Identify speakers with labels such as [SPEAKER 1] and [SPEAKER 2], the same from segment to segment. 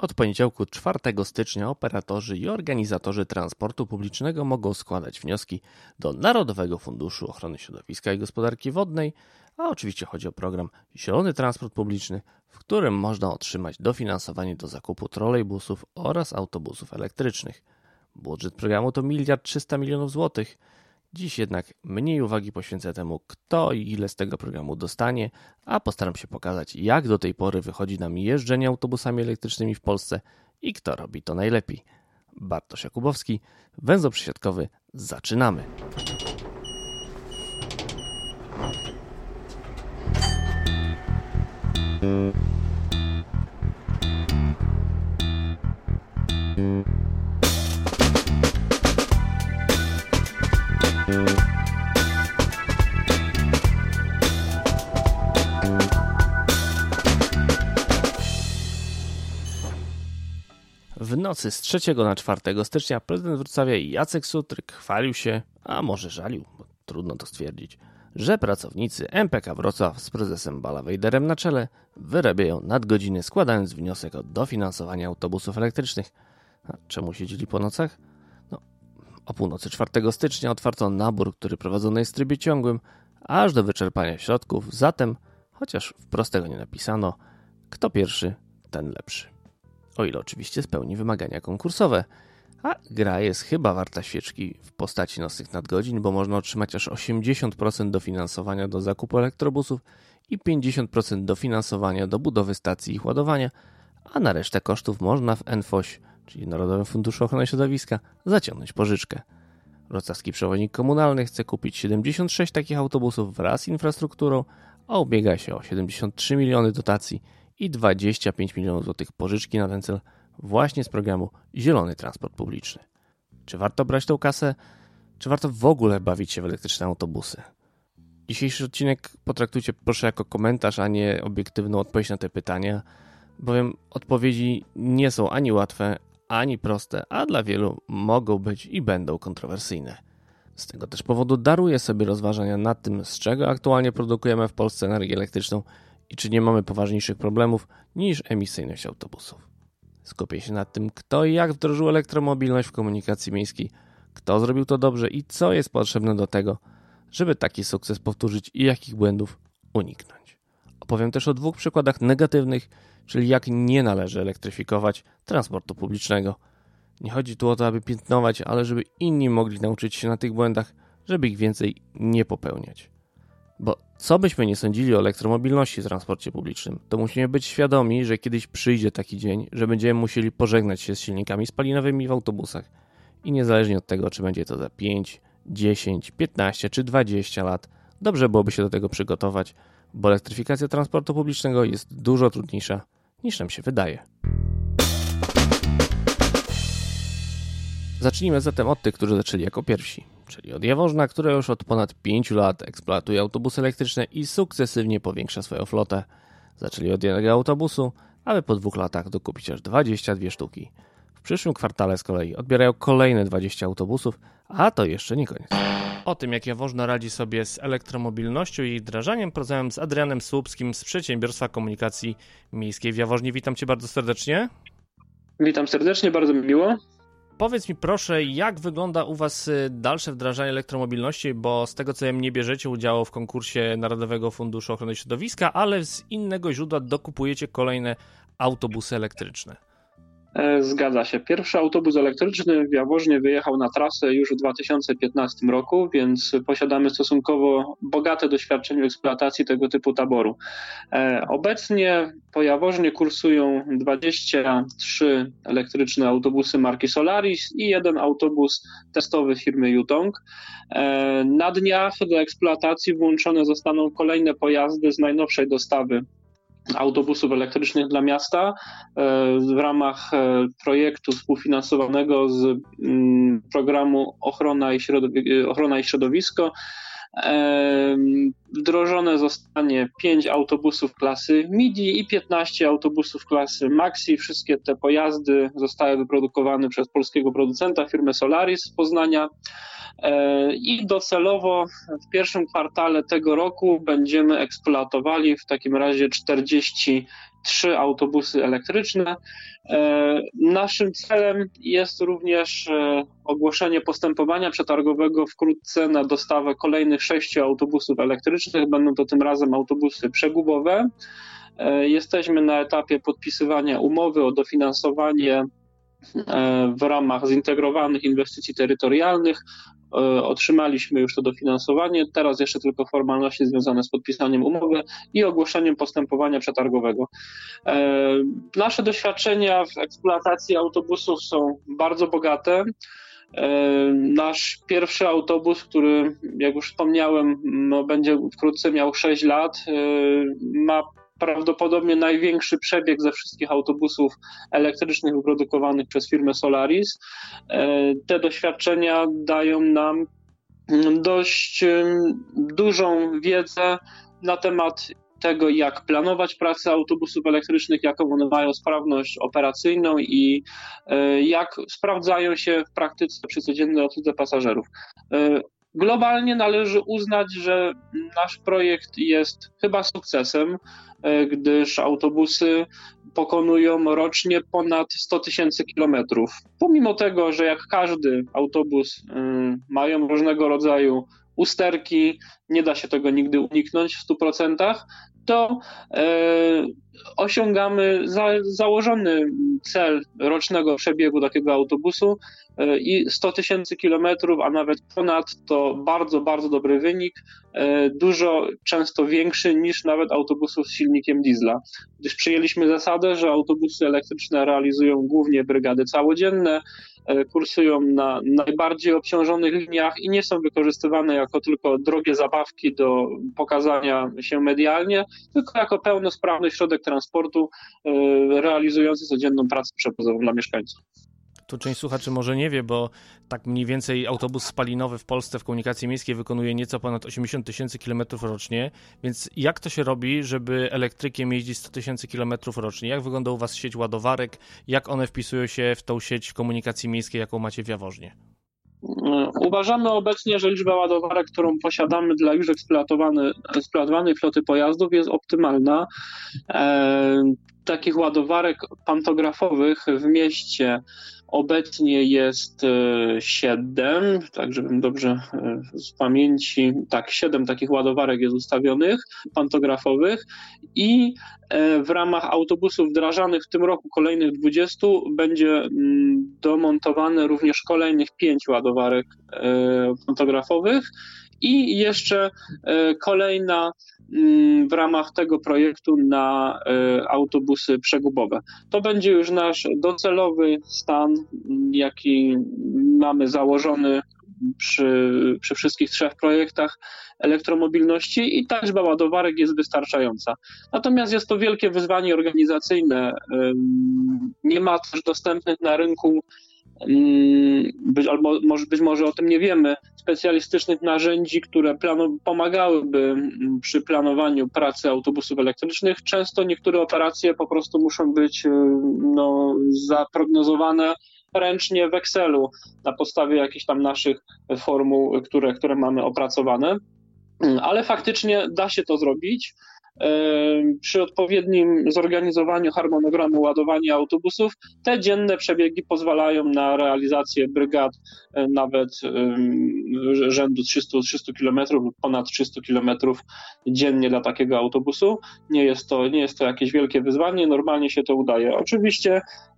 [SPEAKER 1] Od poniedziałku 4 stycznia operatorzy i organizatorzy transportu publicznego mogą składać wnioski do Narodowego Funduszu Ochrony Środowiska i Gospodarki Wodnej, a oczywiście chodzi o program Zielony Transport Publiczny, w którym można otrzymać dofinansowanie do zakupu trolejbusów oraz autobusów elektrycznych. Budżet programu to 1 300 000 000 złotych. Dziś jednak mniej uwagi poświęcę temu, kto i ile z tego programu dostanie, a postaram się pokazać, jak do tej pory wychodzi nam jeżdżenie autobusami elektrycznymi w Polsce i kto robi to najlepiej. Bartosz Jakubowski, Węzeł Przysiadkowy, zaczynamy! W nocy z 3 na 4 stycznia prezydent Wrocławia Jacek Sutryk chwalił się, a może żalił, bo trudno to stwierdzić, że pracownicy MPK Wrocław z prezesem Ballawejderem na czele wyrabiają nadgodziny, składając wniosek o dofinansowanie autobusów elektrycznych. A czemu siedzieli po nocach? O północy 4 stycznia otwarto nabór, który prowadzony jest w trybie ciągłym, aż do wyczerpania środków, zatem, chociaż wprost tego nie napisano, kto pierwszy, ten lepszy. O ile oczywiście spełni wymagania konkursowe. A gra jest chyba warta świeczki w postaci nocnych nadgodzin, bo można otrzymać aż 80% dofinansowania do zakupu elektrobusów i 50% dofinansowania do budowy stacji ich ładowania, a na resztę kosztów można w NFOŚ, czyli Narodowym Funduszu Ochrony Środowiska, zaciągnąć pożyczkę. Wrocławski Przewoźnik Komunalny chce kupić 76 takich autobusów wraz z infrastrukturą, a ubiega się o 73 miliony dotacji i 25 milionów złotych pożyczki na ten cel właśnie z programu Zielony Transport Publiczny. Czy warto brać tą kasę? Czy warto w ogóle bawić się w elektryczne autobusy? Dzisiejszy odcinek potraktujcie proszę jako komentarz, a nie obiektywną odpowiedź na te pytania, bowiem odpowiedzi nie są ani łatwe, ani proste, a dla wielu mogą być i będą kontrowersyjne. Z tego też powodu daruję sobie rozważania nad tym, z czego aktualnie produkujemy w Polsce energię elektryczną i czy nie mamy poważniejszych problemów niż emisyjność autobusów. Skupię się nad tym, kto i jak wdrożył elektromobilność w komunikacji miejskiej, kto zrobił to dobrze i co jest potrzebne do tego, żeby taki sukces powtórzyć i jakich błędów uniknąć. Opowiem też o 2 przykładach negatywnych, czyli jak nie należy elektryfikować transportu publicznego. Nie chodzi tu o to, aby piętnować, ale żeby inni mogli nauczyć się na tych błędach, żeby ich więcej nie popełniać. Bo co byśmy nie sądzili o elektromobilności w transporcie publicznym, to musimy być świadomi, że kiedyś przyjdzie taki dzień, że będziemy musieli pożegnać się z silnikami spalinowymi w autobusach. I niezależnie od tego, czy będzie to za 5, 10, 15 czy 20 lat, dobrze byłoby się do tego przygotować, bo elektryfikacja transportu publicznego jest dużo trudniejsza niż nam się wydaje. Zacznijmy zatem od tych, którzy zaczęli jako pierwsi, czyli od Jaworzna, która już od ponad 5 lat eksploatuje autobusy elektryczne i sukcesywnie powiększa swoją flotę. Zaczęli od jednego autobusu, aby po 2 latach dokupić aż 22 sztuki. W przyszłym kwartale z kolei odbierają kolejne 20 autobusów, a to jeszcze nie koniec. O tym, jak Jaworzno radzi sobie z elektromobilnością i jej wdrażaniem, porozmawiam z Adrianem Słupskim z Przedsiębiorstwa Komunikacji Miejskiej w Jaworznie. Witam Cię bardzo serdecznie.
[SPEAKER 2] Witam serdecznie, bardzo mi miło.
[SPEAKER 1] Powiedz mi proszę, jak wygląda u Was dalsze wdrażanie elektromobilności, bo z tego co wiem nie bierzecie udziału w konkursie Narodowego Funduszu Ochrony Środowiska, ale z innego źródła dokupujecie kolejne autobusy elektryczne.
[SPEAKER 2] Zgadza się. Pierwszy autobus elektryczny w Jaworznie wyjechał na trasę już w 2015 roku, więc posiadamy stosunkowo bogate doświadczenie w eksploatacji tego typu taboru. Obecnie po Jaworznie kursują 23 elektryczne autobusy marki Solaris i 1 autobus testowy firmy Yutong. Na dniach do eksploatacji włączone zostaną kolejne pojazdy z najnowszej dostawy autobusów elektrycznych dla miasta w ramach projektu współfinansowanego z programu Ochrona i Środowisko. Wdrożone zostanie 5 autobusów klasy MIDI i 15 autobusów klasy Maxi. Wszystkie te pojazdy zostały wyprodukowane przez polskiego producenta, firmę Solaris z Poznania. I docelowo w pierwszym kwartale tego roku będziemy eksploatowali w takim razie 40 3 autobusy elektryczne. Naszym celem jest również ogłoszenie postępowania przetargowego wkrótce na dostawę kolejnych 6 autobusów elektrycznych. Będą to tym razem autobusy przegubowe. Jesteśmy na etapie podpisywania umowy o dofinansowanie w ramach zintegrowanych inwestycji terytorialnych. Otrzymaliśmy już to dofinansowanie, teraz jeszcze tylko formalności związane z podpisaniem umowy i ogłoszeniem postępowania przetargowego. Nasze doświadczenia w eksploatacji autobusów są bardzo bogate. Nasz pierwszy autobus, który, jak już wspomniałem, będzie wkrótce miał 6 lat, ma prawdopodobnie największy przebieg ze wszystkich autobusów elektrycznych wyprodukowanych przez firmę Solaris. Te doświadczenia dają nam dość dużą wiedzę na temat tego, jak planować pracę autobusów elektrycznych, jaką one mają sprawność operacyjną i jak sprawdzają się w praktyce przy codziennej obsłudze pasażerów. Globalnie należy uznać, że nasz projekt jest chyba sukcesem, gdyż autobusy pokonują rocznie ponad 100 000 kilometrów. Pomimo tego, że jak każdy autobus mają różnego rodzaju usterki, nie da się tego nigdy uniknąć w 100%, to osiągamy założony cel rocznego przebiegu takiego autobusu i 100 000 kilometrów, a nawet ponad, to bardzo, bardzo dobry wynik, dużo często większy niż nawet autobusów z silnikiem diesla. Gdyż przyjęliśmy zasadę, że autobusy elektryczne realizują głównie brygady całodzienne, kursują na najbardziej obciążonych liniach i nie są wykorzystywane jako tylko drogie zabawki do pokazania się medialnie, tylko jako pełnosprawny środek transportu realizujący codzienną pracę przewozową dla mieszkańców.
[SPEAKER 1] Tu część słuchaczy może nie wie, bo tak mniej więcej autobus spalinowy w Polsce w komunikacji miejskiej wykonuje nieco ponad 80 000 kilometrów rocznie, więc jak to się robi, żeby elektrykiem jeździć 100 000 kilometrów rocznie? Jak wygląda u was sieć ładowarek? Jak one wpisują się w tą sieć komunikacji miejskiej, jaką macie w Jaworznie?
[SPEAKER 2] Uważamy obecnie, że liczba ładowarek, którą posiadamy dla już eksploatowanej floty pojazdów, jest optymalna. Takich ładowarek pantografowych w mieście obecnie jest 7, tak żebym dobrze z pamięci, 7 takich ładowarek jest ustawionych, pantografowych, i w ramach autobusów wdrażanych w tym roku kolejnych 20 będzie domontowane również kolejnych 5 ładowarek pantografowych i jeszcze kolejna w ramach tego projektu na autobusy przegubowe. To będzie już nasz docelowy stan, jaki mamy założony przy wszystkich 3 projektach elektromobilności, i ta liczba ładowarek jest wystarczająca. Natomiast jest to wielkie wyzwanie organizacyjne. Nie ma też dostępnych na rynku, być może o tym nie wiemy, specjalistycznych narzędzi, które pomagałyby przy planowaniu pracy autobusów elektrycznych. Często niektóre operacje po prostu muszą być zaprognozowane ręcznie w Excelu na podstawie jakichś tam naszych formuł, które mamy opracowane, ale faktycznie da się to zrobić. Przy odpowiednim zorganizowaniu harmonogramu ładowania autobusów te dzienne przebiegi pozwalają na realizację brygad nawet rzędu 300 km lub ponad 300 km dziennie dla takiego autobusu. Nie jest to jakieś wielkie wyzwanie, normalnie się to udaje. Oczywiście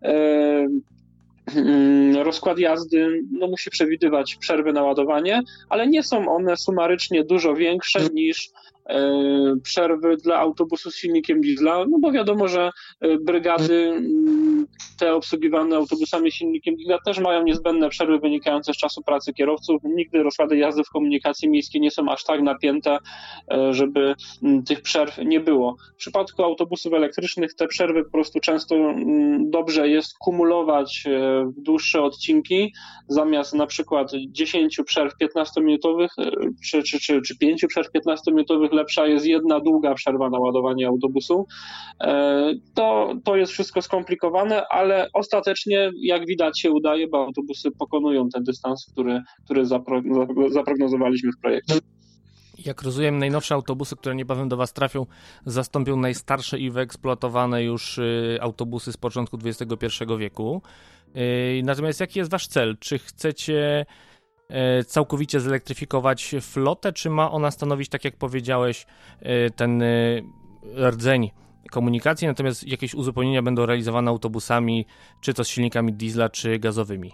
[SPEAKER 2] rozkład jazdy musi przewidywać przerwy na ładowanie, ale nie są one sumarycznie dużo większe niż przerwy dla autobusu z silnikiem diesla, bo wiadomo, że brygady te obsługiwane autobusami z silnikiem diesla też mają niezbędne przerwy wynikające z czasu pracy kierowców. Nigdy rozkłady jazdy w komunikacji miejskiej nie są aż tak napięte, żeby tych przerw nie było. W przypadku autobusów elektrycznych te przerwy po prostu często dobrze jest kumulować w dłuższe odcinki. Zamiast na przykład 10 przerw 15-minutowych czy 5 przerw 15-minutowych lepsza jest jedna długa przerwa na ładowanie autobusu. To jest wszystko skomplikowane, ale ostatecznie, jak widać, się udaje, bo autobusy pokonują ten dystans, który zaprognozowaliśmy w projekcie.
[SPEAKER 1] Jak rozumiem, najnowsze autobusy, które niebawem do Was trafią, zastąpią najstarsze i wyeksploatowane już autobusy z początku XXI wieku. Natomiast jaki jest Wasz cel? Czy chcecie całkowicie zelektryfikować flotę, czy ma ona stanowić, tak jak powiedziałeś, ten rdzeń komunikacji, natomiast jakieś uzupełnienia będą realizowane autobusami, czy to z silnikami diesla, czy gazowymi?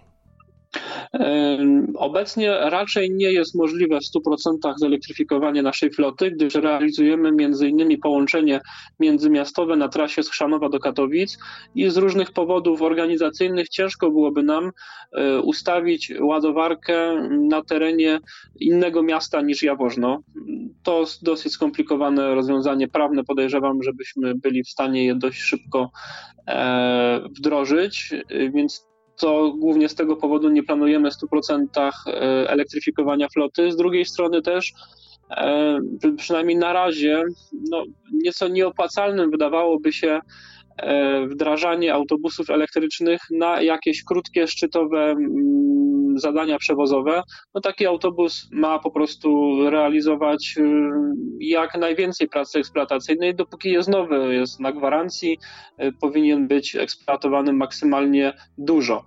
[SPEAKER 2] Obecnie raczej nie jest możliwe w 100% zelektryfikowanie naszej floty, gdyż realizujemy m.in. połączenie międzymiastowe na trasie z Chrzanowa do Katowic i z różnych powodów organizacyjnych ciężko byłoby nam ustawić ładowarkę na terenie innego miasta niż Jaworzno. To dosyć skomplikowane rozwiązanie prawne. Podejrzewam, żebyśmy byli w stanie je dość szybko wdrożyć, więc to głównie z tego powodu nie planujemy w 100% elektryfikowania floty. Z drugiej strony też, przynajmniej na razie, nieco nieopłacalnym wydawałoby się wdrażanie autobusów elektrycznych na jakieś krótkie, szczytowe zadania przewozowe. Taki autobus ma po prostu realizować jak najwięcej pracy eksploatacyjnej, dopóki jest nowy, jest na gwarancji, powinien być eksploatowany maksymalnie dużo.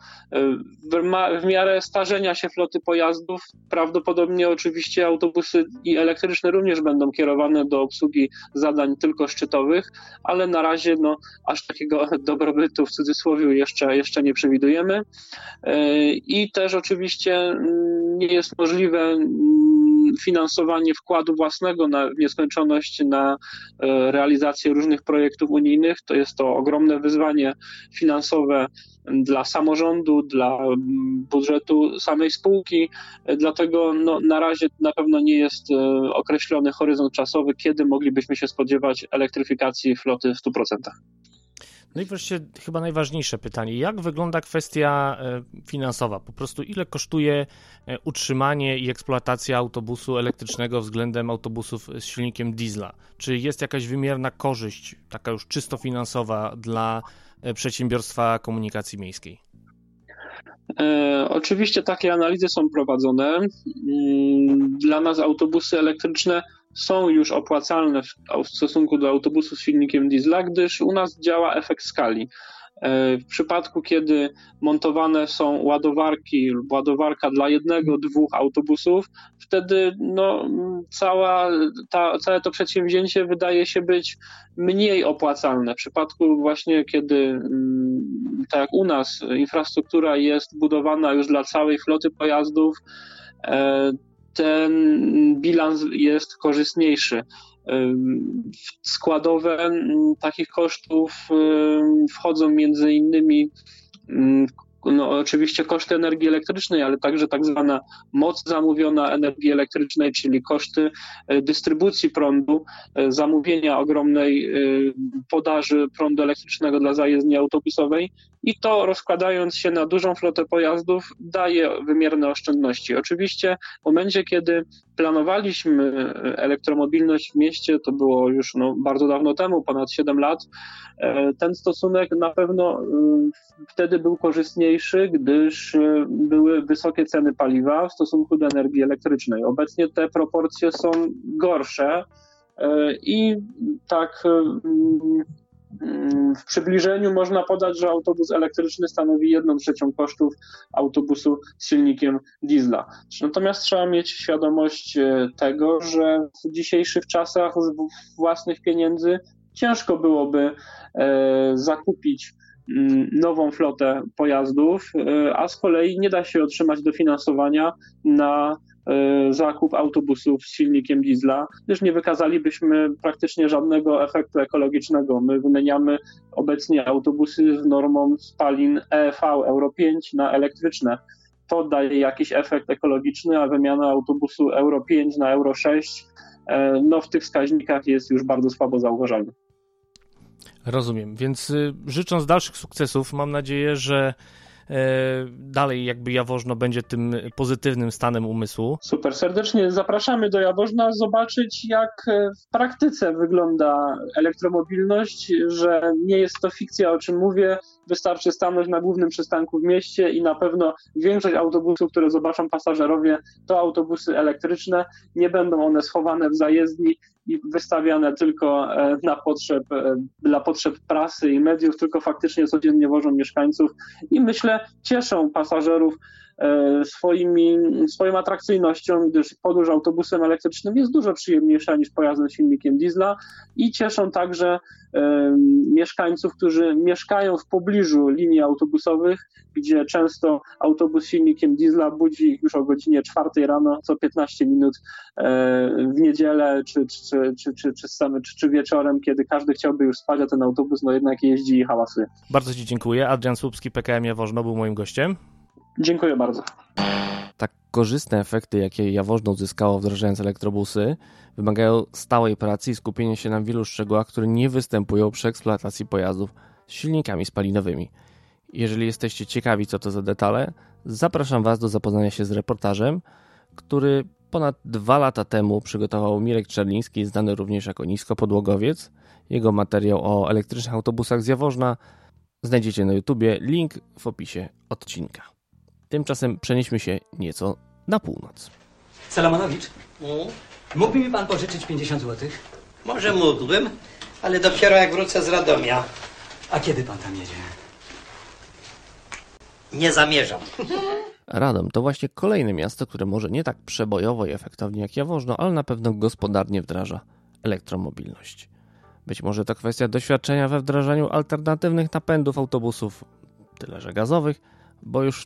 [SPEAKER 2] W miarę starzenia się floty pojazdów prawdopodobnie oczywiście autobusy i elektryczne również będą kierowane do obsługi zadań tylko szczytowych, ale na razie aż takiego dobrobytu w cudzysłowie jeszcze nie przewidujemy. I też oczywiście nie jest możliwe finansowanie wkładu własnego w nieskończoność na realizację różnych projektów unijnych. To jest ogromne wyzwanie finansowe dla samorządu, dla budżetu samej spółki, dlatego na razie na pewno nie jest określony horyzont czasowy, kiedy moglibyśmy się spodziewać elektryfikacji floty w 100%.
[SPEAKER 1] No i wreszcie chyba najważniejsze pytanie. Jak wygląda kwestia finansowa? Po prostu ile kosztuje utrzymanie i eksploatacja autobusu elektrycznego względem autobusów z silnikiem diesla? Czy jest jakaś wymierna korzyść, taka już czysto finansowa dla przedsiębiorstwa komunikacji miejskiej?
[SPEAKER 2] Oczywiście takie analizy są prowadzone. Dla nas autobusy elektryczne są już opłacalne w stosunku do autobusów z silnikiem diesla, gdyż u nas działa efekt skali. W przypadku, kiedy montowane są ładowarki lub ładowarka dla jednego, dwóch autobusów, wtedy całe to przedsięwzięcie wydaje się być mniej opłacalne. W przypadku właśnie, kiedy tak jak u nas infrastruktura jest budowana już dla całej floty pojazdów, ten bilans jest korzystniejszy. Składowe takich kosztów wchodzą między innymi oczywiście koszty energii elektrycznej, ale także tak zwana moc zamówiona energii elektrycznej, czyli koszty dystrybucji prądu, zamówienia ogromnej podaży prądu elektrycznego dla zajezdni autobusowej i to rozkładając się na dużą flotę pojazdów daje wymierne oszczędności. Oczywiście w momencie, kiedy planowaliśmy elektromobilność w mieście, to było już bardzo dawno temu, ponad 7 lat, ten stosunek na pewno wtedy był korzystniejszy, gdyż były wysokie ceny paliwa w stosunku do energii elektrycznej. Obecnie te proporcje są gorsze i tak w przybliżeniu można podać, że autobus elektryczny stanowi 1/3 kosztów autobusu z silnikiem diesla. Natomiast trzeba mieć świadomość tego, że w dzisiejszych czasach z własnych pieniędzy ciężko byłoby zakupić nową flotę pojazdów, a z kolei nie da się otrzymać dofinansowania na zakup autobusów z silnikiem diesla, gdyż nie wykazalibyśmy praktycznie żadnego efektu ekologicznego. My wymieniamy obecnie autobusy z normą spalin EV Euro 5 na elektryczne. To daje jakiś efekt ekologiczny, a wymiana autobusu Euro 5 na Euro 6 w tych wskaźnikach jest już bardzo słabo zauważalna.
[SPEAKER 1] Rozumiem, więc życząc dalszych sukcesów, mam nadzieję, że dalej jakby Jaworzno będzie tym pozytywnym stanem umysłu.
[SPEAKER 2] Super, serdecznie zapraszamy do Jaworzna zobaczyć, jak w praktyce wygląda elektromobilność, że nie jest to fikcja, o czym mówię, wystarczy stanąć na głównym przystanku w mieście i na pewno większość autobusów, które zobaczą pasażerowie, to autobusy elektryczne. Nie będą one schowane w zajezdni i wystawiane tylko dla potrzeb prasy i mediów, tylko faktycznie codziennie wożą mieszkańców i myślę cieszą pasażerów swoją atrakcyjnością, gdyż podróż autobusem elektrycznym jest dużo przyjemniejsza niż pojazdem z silnikiem diesla i cieszą także mieszkańców, którzy mieszkają w pobliżu linii autobusowych, gdzie często autobus z silnikiem diesla budzi ich już o godzinie 4 rano, co 15 minut w niedzielę czy wieczorem, kiedy każdy chciałby już spać, a ten autobus jednak jeździ i hałasuje.
[SPEAKER 1] Bardzo Ci dziękuję. Adrian Słupski, PKM Jaworzno był moim gościem.
[SPEAKER 2] Dziękuję bardzo.
[SPEAKER 1] Tak korzystne efekty, jakie Jaworzno uzyskało wdrażając elektrobusy, wymagają stałej pracy i skupienia się na wielu szczegółach, które nie występują przy eksploatacji pojazdów z silnikami spalinowymi. Jeżeli jesteście ciekawi, co to za detale, zapraszam Was do zapoznania się z reportażem, który ponad 2 lata temu przygotował Mirek Czerliński, znany również jako Niskopodłogowiec. Jego materiał o elektrycznych autobusach z Jaworzna znajdziecie na YouTubie, link w opisie odcinka. Tymczasem przenieśmy się nieco na północ.
[SPEAKER 3] Salamonowicz, mógłby mi pan pożyczyć 50 zł?
[SPEAKER 4] Może mógłbym, ale dopiero jak wrócę z Radomia.
[SPEAKER 3] A kiedy pan tam jedzie?
[SPEAKER 4] Nie zamierzam.
[SPEAKER 1] Radom to właśnie kolejne miasto, które może nie tak przebojowo i efektownie jak Jaworzno, ale na pewno gospodarnie wdraża elektromobilność. Być może to kwestia doświadczenia we wdrażaniu alternatywnych napędów autobusów, tyle że gazowych, bo już w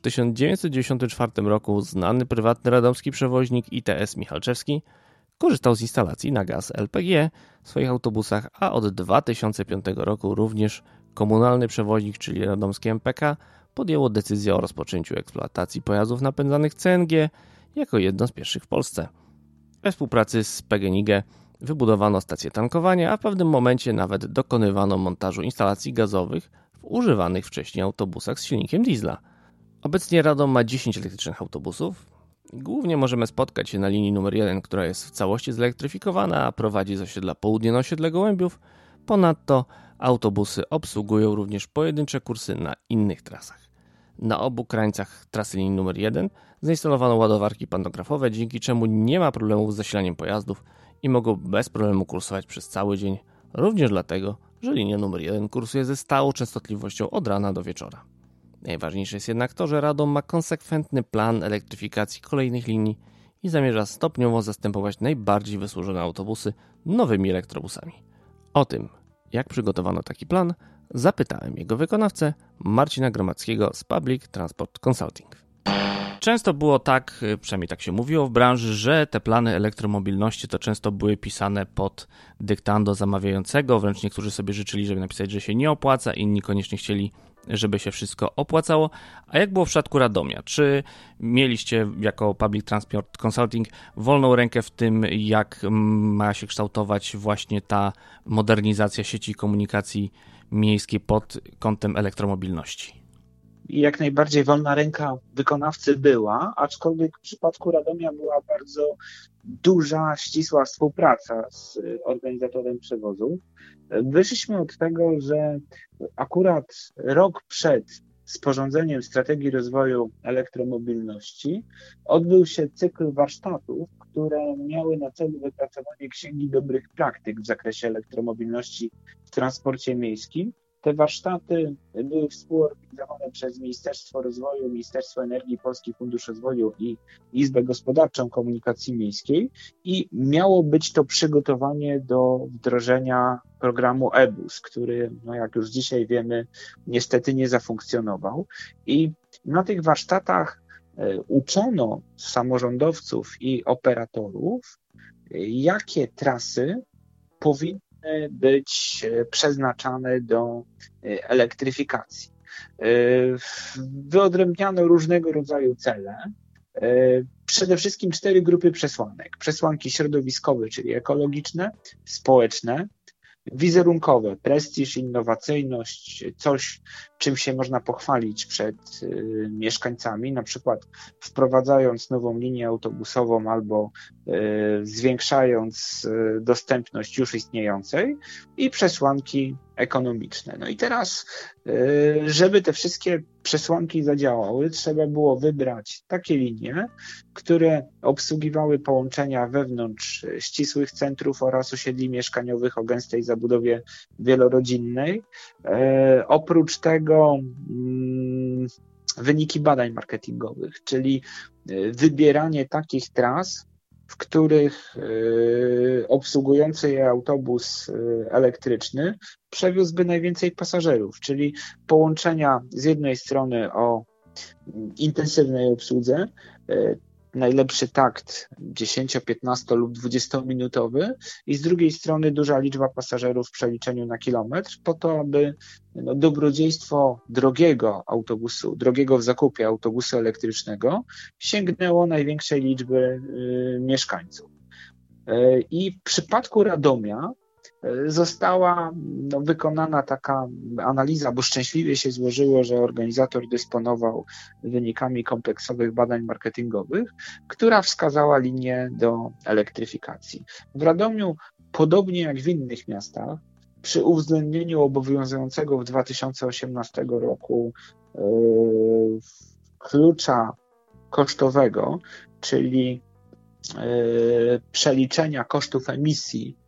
[SPEAKER 1] 1994 roku znany prywatny radomski przewoźnik ITS Michalczewski korzystał z instalacji na gaz LPG w swoich autobusach, a od 2005 roku również komunalny przewoźnik, czyli radomski MPK, podjęło decyzję o rozpoczęciu eksploatacji pojazdów napędzanych CNG jako jedno z pierwszych w Polsce. We współpracy z PGNiG wybudowano stację tankowania, a w pewnym momencie nawet dokonywano montażu instalacji gazowych w używanych wcześniej autobusach z silnikiem diesla. Obecnie Radom ma 10 elektrycznych autobusów. Głównie możemy spotkać się na linii numer 1, która jest w całości zelektryfikowana, a prowadzi z osiedla Południe na osiedle Gołębiów. Ponadto autobusy obsługują również pojedyncze kursy na innych trasach. Na obu krańcach trasy linii numer 1 zainstalowano ładowarki pantografowe, dzięki czemu nie ma problemów z zasilaniem pojazdów i mogą bez problemu kursować przez cały dzień, również dlatego, że linia numer 1 kursuje ze stałą częstotliwością od rana do wieczora. Najważniejsze jest jednak to, że Radom ma konsekwentny plan elektryfikacji kolejnych linii i zamierza stopniowo zastępować najbardziej wysłużone autobusy nowymi elektrobusami. O tym, jak przygotowano taki plan, zapytałem jego wykonawcę Marcina Gromackiego z Public Transport Consulting. Często było tak, przynajmniej tak się mówiło w branży, że te plany elektromobilności to często były pisane pod dyktando zamawiającego, wręcz niektórzy sobie życzyli, żeby napisać, że się nie opłaca, inni koniecznie chcieli, żeby się wszystko opłacało. A jak było w przypadku Radomia? Czy mieliście jako Public Transport Consulting wolną rękę w tym, jak ma się kształtować właśnie ta modernizacja sieci komunikacji miejskiej pod kątem elektromobilności?
[SPEAKER 5] Jak najbardziej wolna ręka wykonawcy była, aczkolwiek w przypadku Radomia była bardzo duża, ścisła współpraca z organizatorem przewozów. Wyszliśmy od tego, że akurat rok przed sporządzeniem strategii rozwoju elektromobilności odbył się cykl warsztatów, które miały na celu wypracowanie księgi dobrych praktyk w zakresie elektromobilności w transporcie miejskim. Te warsztaty były współorganizowane przez Ministerstwo Rozwoju, Ministerstwo Energii, Polski Fundusz Rozwoju i Izbę Gospodarczą Komunikacji Miejskiej i miało być to przygotowanie do wdrożenia programu e-bus, który, jak już dzisiaj wiemy, niestety nie zafunkcjonował. I na tych warsztatach uczono samorządowców i operatorów, jakie trasy powinny być przeznaczane do elektryfikacji. Wyodrębniano różnego rodzaju cele. Przede wszystkim 4 grupy przesłanek. Przesłanki środowiskowe, czyli ekologiczne, społeczne, wizerunkowe, prestiż, innowacyjność, coś, czym się można pochwalić przed mieszkańcami, na przykład wprowadzając nową linię autobusową albo zwiększając dostępność już istniejącej, i przesłanki ekonomiczne. No i teraz, żeby te wszystkie przesłanki zadziałały, trzeba było wybrać takie linie, które obsługiwały połączenia wewnątrz ścisłych centrów oraz osiedli mieszkaniowych o gęstej zabudowie wielorodzinnej. Oprócz tego wyniki badań marketingowych, czyli wybieranie takich tras, w których obsługujący je autobus elektryczny przewiózłby najwięcej pasażerów, czyli połączenia z jednej strony o intensywnej obsłudze, najlepszy takt 10, 15 lub 20-minutowy i z drugiej strony duża liczba pasażerów w przeliczeniu na kilometr, po to, aby dobrodziejstwo drogiego autobusu, drogiego w zakupie autobusu elektrycznego sięgnęło największej liczby mieszkańców. I w przypadku Radomia została wykonana taka analiza, bo szczęśliwie się złożyło, że organizator dysponował wynikami kompleksowych badań marketingowych, która wskazała linię do elektryfikacji. W Radomiu, podobnie jak w innych miastach, przy uwzględnieniu obowiązującego w 2018 roku klucza kosztowego, czyli przeliczenia kosztów emisji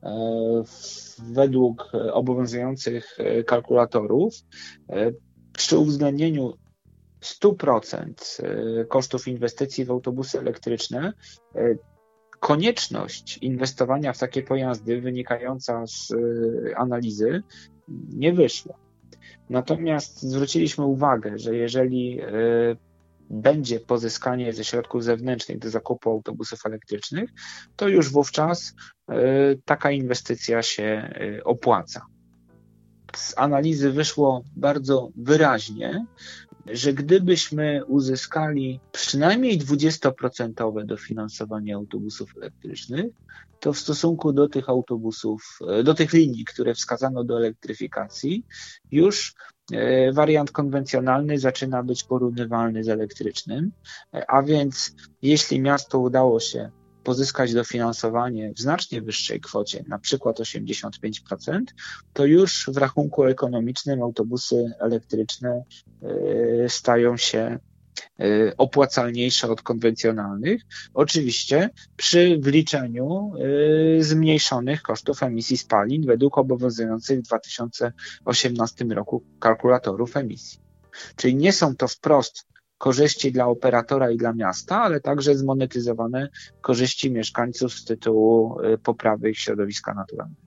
[SPEAKER 5] według obowiązujących kalkulatorów, przy uwzględnieniu 100% kosztów inwestycji w autobusy elektryczne, konieczność inwestowania w takie pojazdy wynikająca z analizy nie wyszła. Natomiast zwróciliśmy uwagę, że jeżeli będzie pozyskanie ze środków zewnętrznych do zakupu autobusów elektrycznych, to już wówczas taka inwestycja się opłaca. Z analizy wyszło bardzo wyraźnie, że gdybyśmy uzyskali przynajmniej 20% dofinansowanie autobusów elektrycznych, to w stosunku do tych autobusów, do tych linii, które wskazano do elektryfikacji, już wariant konwencjonalny zaczyna być porównywalny z elektrycznym, a więc jeśli miasto udało się pozyskać dofinansowanie w znacznie wyższej kwocie, na przykład 85%, to już w rachunku ekonomicznym autobusy elektryczne stają się opłacalniejsze od konwencjonalnych, oczywiście przy wliczeniu zmniejszonych kosztów emisji spalin według obowiązujących w 2018 roku kalkulatorów emisji. Czyli nie są to wprost korzyści dla operatora i dla miasta, ale także zmonetyzowane korzyści mieszkańców z tytułu poprawy ich środowiska naturalnego.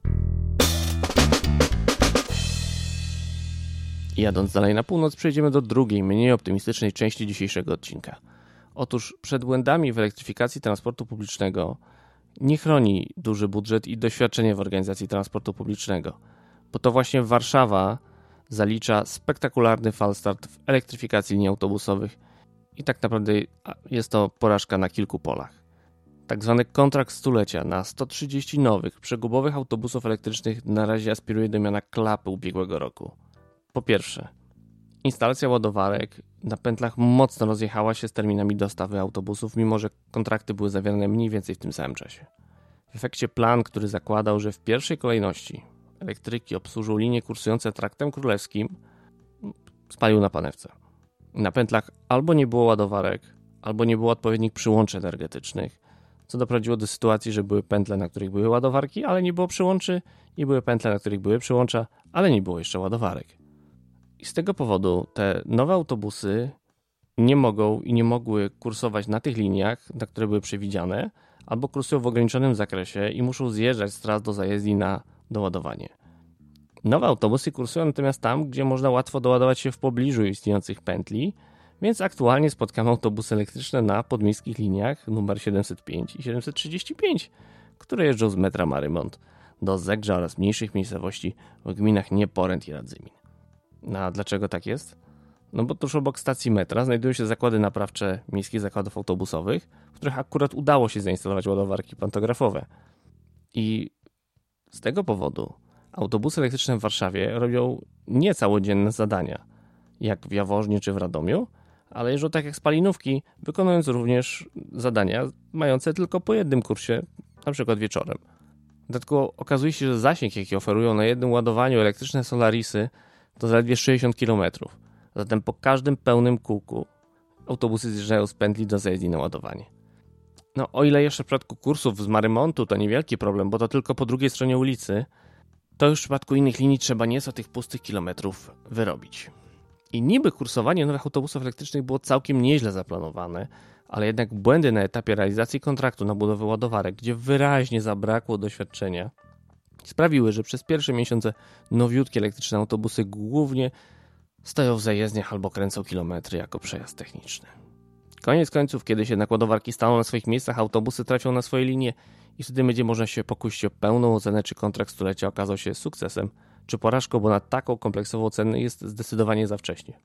[SPEAKER 1] Jadąc dalej na północ, przejdziemy do drugiej, mniej optymistycznej części dzisiejszego odcinka. Otóż przed błędami w elektryfikacji transportu publicznego nie chroni duży budżet i doświadczenie w organizacji transportu publicznego, bo to właśnie Warszawa zalicza spektakularny falstart w elektryfikacji linii autobusowych i tak naprawdę jest to porażka na kilku polach. Tak zwany kontrakt stulecia na 130 nowych, przegubowych autobusów elektrycznych na razie aspiruje do miana klapy ubiegłego roku. Po pierwsze, instalacja ładowarek na pętlach mocno rozjechała się z terminami dostawy autobusów, mimo że kontrakty były zawierane mniej więcej w tym samym czasie. W efekcie plan, który zakładał, że w pierwszej kolejności elektryki obsłużą linie kursujące traktem królewskim, spalił na panewce. Na pętlach albo nie było ładowarek, albo nie było odpowiednich przyłączy energetycznych, co doprowadziło do sytuacji, że były pętle, na których były ładowarki, ale nie było przyłączy, i były pętle, na których były przyłącza, ale nie było jeszcze ładowarek. I z tego powodu te nowe autobusy nie mogą i nie mogły kursować na tych liniach, na które były przewidziane, albo kursują w ograniczonym zakresie i muszą zjeżdżać z tras do zajezdni na doładowanie. Nowe autobusy kursują natomiast tam, gdzie można łatwo doładować się w pobliżu istniejących pętli, więc aktualnie spotkamy autobusy elektryczne na podmiejskich liniach numer 705 i 735, które jeżdżą z metra Marymont do Zegrza oraz mniejszych miejscowości w gminach Nieporęt i Radzymin. No a dlaczego tak jest? No bo tuż obok stacji metra znajdują się zakłady naprawcze miejskich zakładów autobusowych, w których akurat udało się zainstalować ładowarki pantografowe. I z tego powodu autobusy elektryczne w Warszawie robią nie całodzienne zadania, jak w Jaworznie czy w Radomiu, ale jeżdżą tak jak spalinówki, wykonując również zadania mające tylko po jednym kursie, na przykład wieczorem. Dodatkowo okazuje się, że zasięg, jaki oferują na jednym ładowaniu elektryczne Solarisy, to zaledwie 60 km. Zatem po każdym pełnym kółku autobusy zjeżdżają z pętli do zajezdni na ładowanie. No o ile jeszcze w przypadku kursów z Marymontu to niewielki problem, bo to tylko po drugiej stronie ulicy, to już w przypadku innych linii trzeba nieco tych pustych kilometrów wyrobić. I niby kursowanie nowych autobusów elektrycznych było całkiem nieźle zaplanowane, ale jednak błędy na etapie realizacji kontraktu na budowę ładowarek, gdzie wyraźnie zabrakło doświadczenia, sprawiły, że przez pierwsze miesiące nowiutkie elektryczne autobusy głównie stoją w zajezdniach albo kręcą kilometry jako przejazd techniczny. Koniec końców, kiedy się jednak ładowarki staną na swoich miejscach, autobusy trafią na swoje linie i wtedy będzie można się pokusić o pełną ocenę, czy kontrakt stulecia okazał się sukcesem, czy porażką, bo na taką kompleksową ocenę jest zdecydowanie za wcześnie.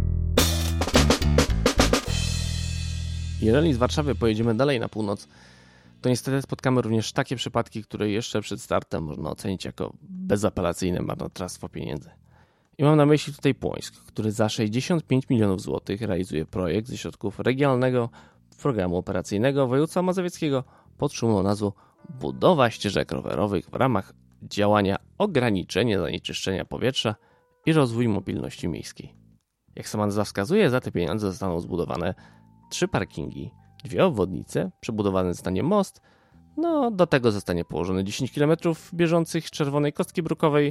[SPEAKER 1] Jeżeli z Warszawy pojedziemy dalej na północ, to niestety spotkamy również takie przypadki, które jeszcze przed startem można ocenić jako bezapelacyjne marnotrawstwo pieniędzy. I mam na myśli tutaj Płońsk, który za 65 milionów złotych realizuje projekt ze środków regionalnego programu operacyjnego województwa mazowieckiego pod szumną nazwą Budowa ścieżek rowerowych w ramach działania ograniczenie zanieczyszczenia powietrza i rozwój mobilności miejskiej. Jak sama nazwa wskazuje, za te pieniądze zostaną zbudowane 3 parkingi, 2 obwodnice, przebudowany zostanie most, do tego zostanie położone 10 km bieżących czerwonej kostki brukowej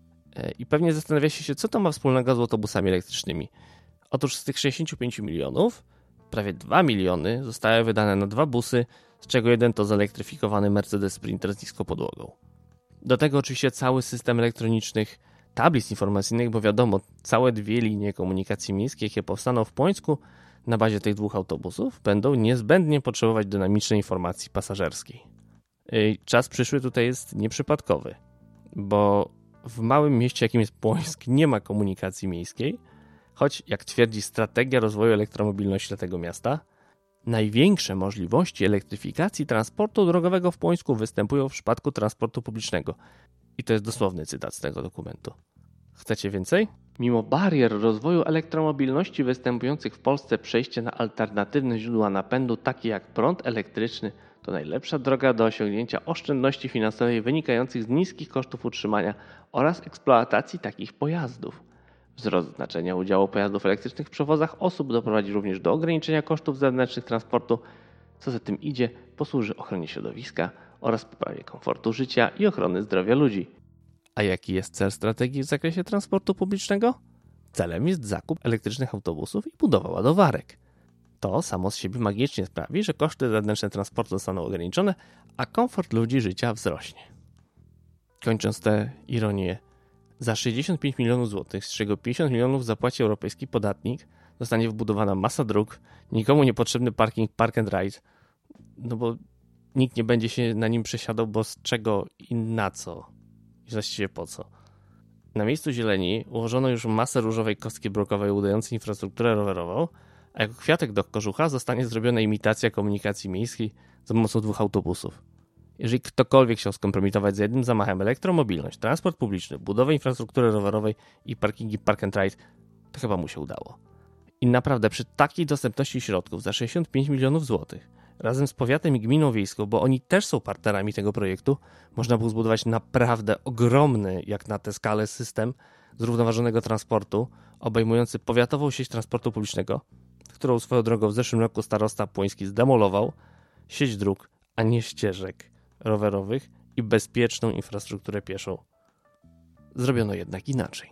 [SPEAKER 1] i pewnie zastanawia się, co to ma wspólnego z autobusami elektrycznymi. Otóż z tych 65 milionów, prawie 2 miliony zostały wydane na 2 busy, z czego jeden to zelektryfikowany Mercedes Sprinter z niską podłogą. Do tego oczywiście cały system elektronicznych tablic informacyjnych, bo wiadomo, całe 2 linie komunikacji miejskiej, jakie powstaną w Płońsku na bazie tych 2 autobusów, będą niezbędnie potrzebować dynamicznej informacji pasażerskiej. Czas przyszły tutaj jest nieprzypadkowy, bo w małym mieście, jakim jest Płońsk, nie ma komunikacji miejskiej, choć, jak twierdzi strategia rozwoju elektromobilności tego miasta, największe możliwości elektryfikacji transportu drogowego w Płońsku występują w przypadku transportu publicznego. I to jest dosłowny cytat z tego dokumentu. Chcecie więcej? Mimo barier rozwoju elektromobilności występujących w Polsce, przejście na alternatywne źródła napędu, takie jak prąd elektryczny, to najlepsza droga do osiągnięcia oszczędności finansowej wynikających z niskich kosztów utrzymania oraz eksploatacji takich pojazdów. Wzrost znaczenia udziału pojazdów elektrycznych w przewozach osób doprowadzi również do ograniczenia kosztów zewnętrznych transportu, co za tym idzie, posłuży ochronie środowiska oraz poprawie komfortu życia i ochrony zdrowia ludzi. A jaki jest cel strategii w zakresie transportu publicznego? Celem jest zakup elektrycznych autobusów i budowa ładowarek. To samo z siebie magicznie sprawi, że koszty zewnętrzne transportu zostaną ograniczone, a komfort ludzi życia wzrośnie. Kończąc tę ironię, za 65 milionów złotych, z czego 50 milionów zapłaci europejski podatnik, zostanie wbudowana masa dróg, nikomu niepotrzebny parking Park and Ride, bo nikt nie będzie się na nim przesiadał, bo z czego i na co, i właściwie po co. Na miejscu zieleni ułożono już masę różowej kostki brukowej udającej infrastrukturę rowerową, a jako kwiatek do kożucha zostanie zrobiona imitacja komunikacji miejskiej za pomocą 2 autobusów. Jeżeli ktokolwiek chciał skompromitować za jednym zamachem elektromobilność, transport publiczny, budowę infrastruktury rowerowej i parkingi Park and Ride, to chyba mu się udało. I naprawdę przy takiej dostępności środków za 65 milionów złotych, razem z powiatem i gminą wiejską, bo oni też są partnerami tego projektu, można było zbudować naprawdę ogromny, jak na tę skalę, system zrównoważonego transportu, obejmujący powiatową sieć transportu publicznego, którą swoją drogą w zeszłym roku starosta płoński zdemolował, sieć dróg, a nie ścieżek rowerowych i bezpieczną infrastrukturę pieszą. Zrobiono jednak inaczej.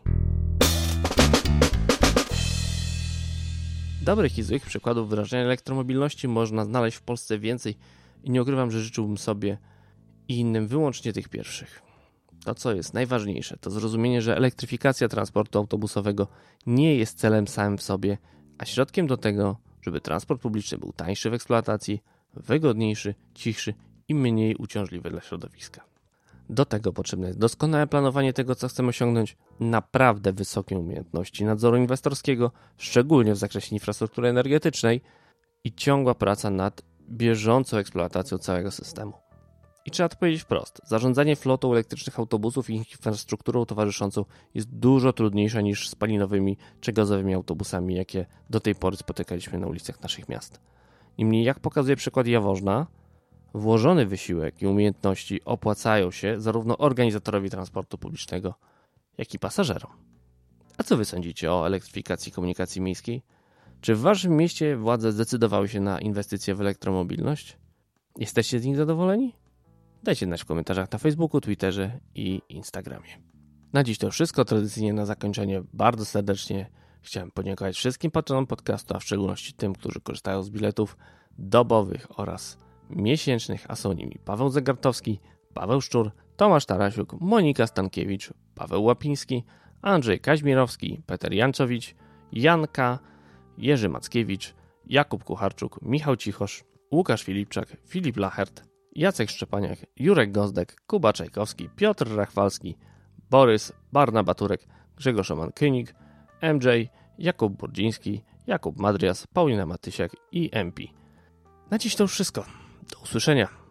[SPEAKER 1] Dobrych i złych przykładów wdrażania elektromobilności można znaleźć w Polsce więcej i nie ukrywam, że życzyłbym sobie i innym wyłącznie tych pierwszych. To, co jest najważniejsze, to zrozumienie, że elektryfikacja transportu autobusowego nie jest celem samym w sobie, a środkiem do tego, żeby transport publiczny był tańszy w eksploatacji, wygodniejszy, cichszy i mniej uciążliwy dla środowiska. Do tego potrzebne jest doskonałe planowanie tego, co chcemy osiągnąć, naprawdę wysokie umiejętności nadzoru inwestorskiego, szczególnie w zakresie infrastruktury energetycznej i ciągła praca nad bieżącą eksploatacją całego systemu. I trzeba to powiedzieć wprost, zarządzanie flotą elektrycznych autobusów i infrastrukturą towarzyszącą jest dużo trudniejsze niż spalinowymi czy gazowymi autobusami, jakie do tej pory spotykaliśmy na ulicach naszych miast. Niemniej, jak pokazuje przykład Jaworzna, Włożony wysiłek i umiejętności opłacają się zarówno organizatorowi transportu publicznego, jak i pasażerom. A co wy sądzicie o elektryfikacji komunikacji miejskiej? Czy w waszym mieście władze zdecydowały się na inwestycje w elektromobilność? Jesteście z nich zadowoleni? Dajcie znać w komentarzach na Facebooku, Twitterze i Instagramie. Na dziś to wszystko. Tradycyjnie na zakończenie bardzo serdecznie chciałem podziękować wszystkim patronom podcastu, a w szczególności tym, którzy korzystają z biletów dobowych oraz miesięcznych, a są nimi Paweł Zegartowski, Paweł Szczur, Tomasz Tarasiuk, Monika Stankiewicz, Paweł Łapiński, Andrzej Kaźmirowski, Peter Janczowicz, Janka, Jerzy Mackiewicz, Jakub Kucharczuk, Michał Cichosz, Łukasz Filipczak, Filip Lachert, Jacek Szczepaniak, Jurek Gozdek, Kuba Czajkowski, Piotr Rachwalski, Borys, Barna Baturek, Grzegorz Oman-Kynig, MJ, Jakub Burdziński, Jakub Madrias, Paulina Matysiak i MP. Na dziś to już wszystko. Do usłyszenia.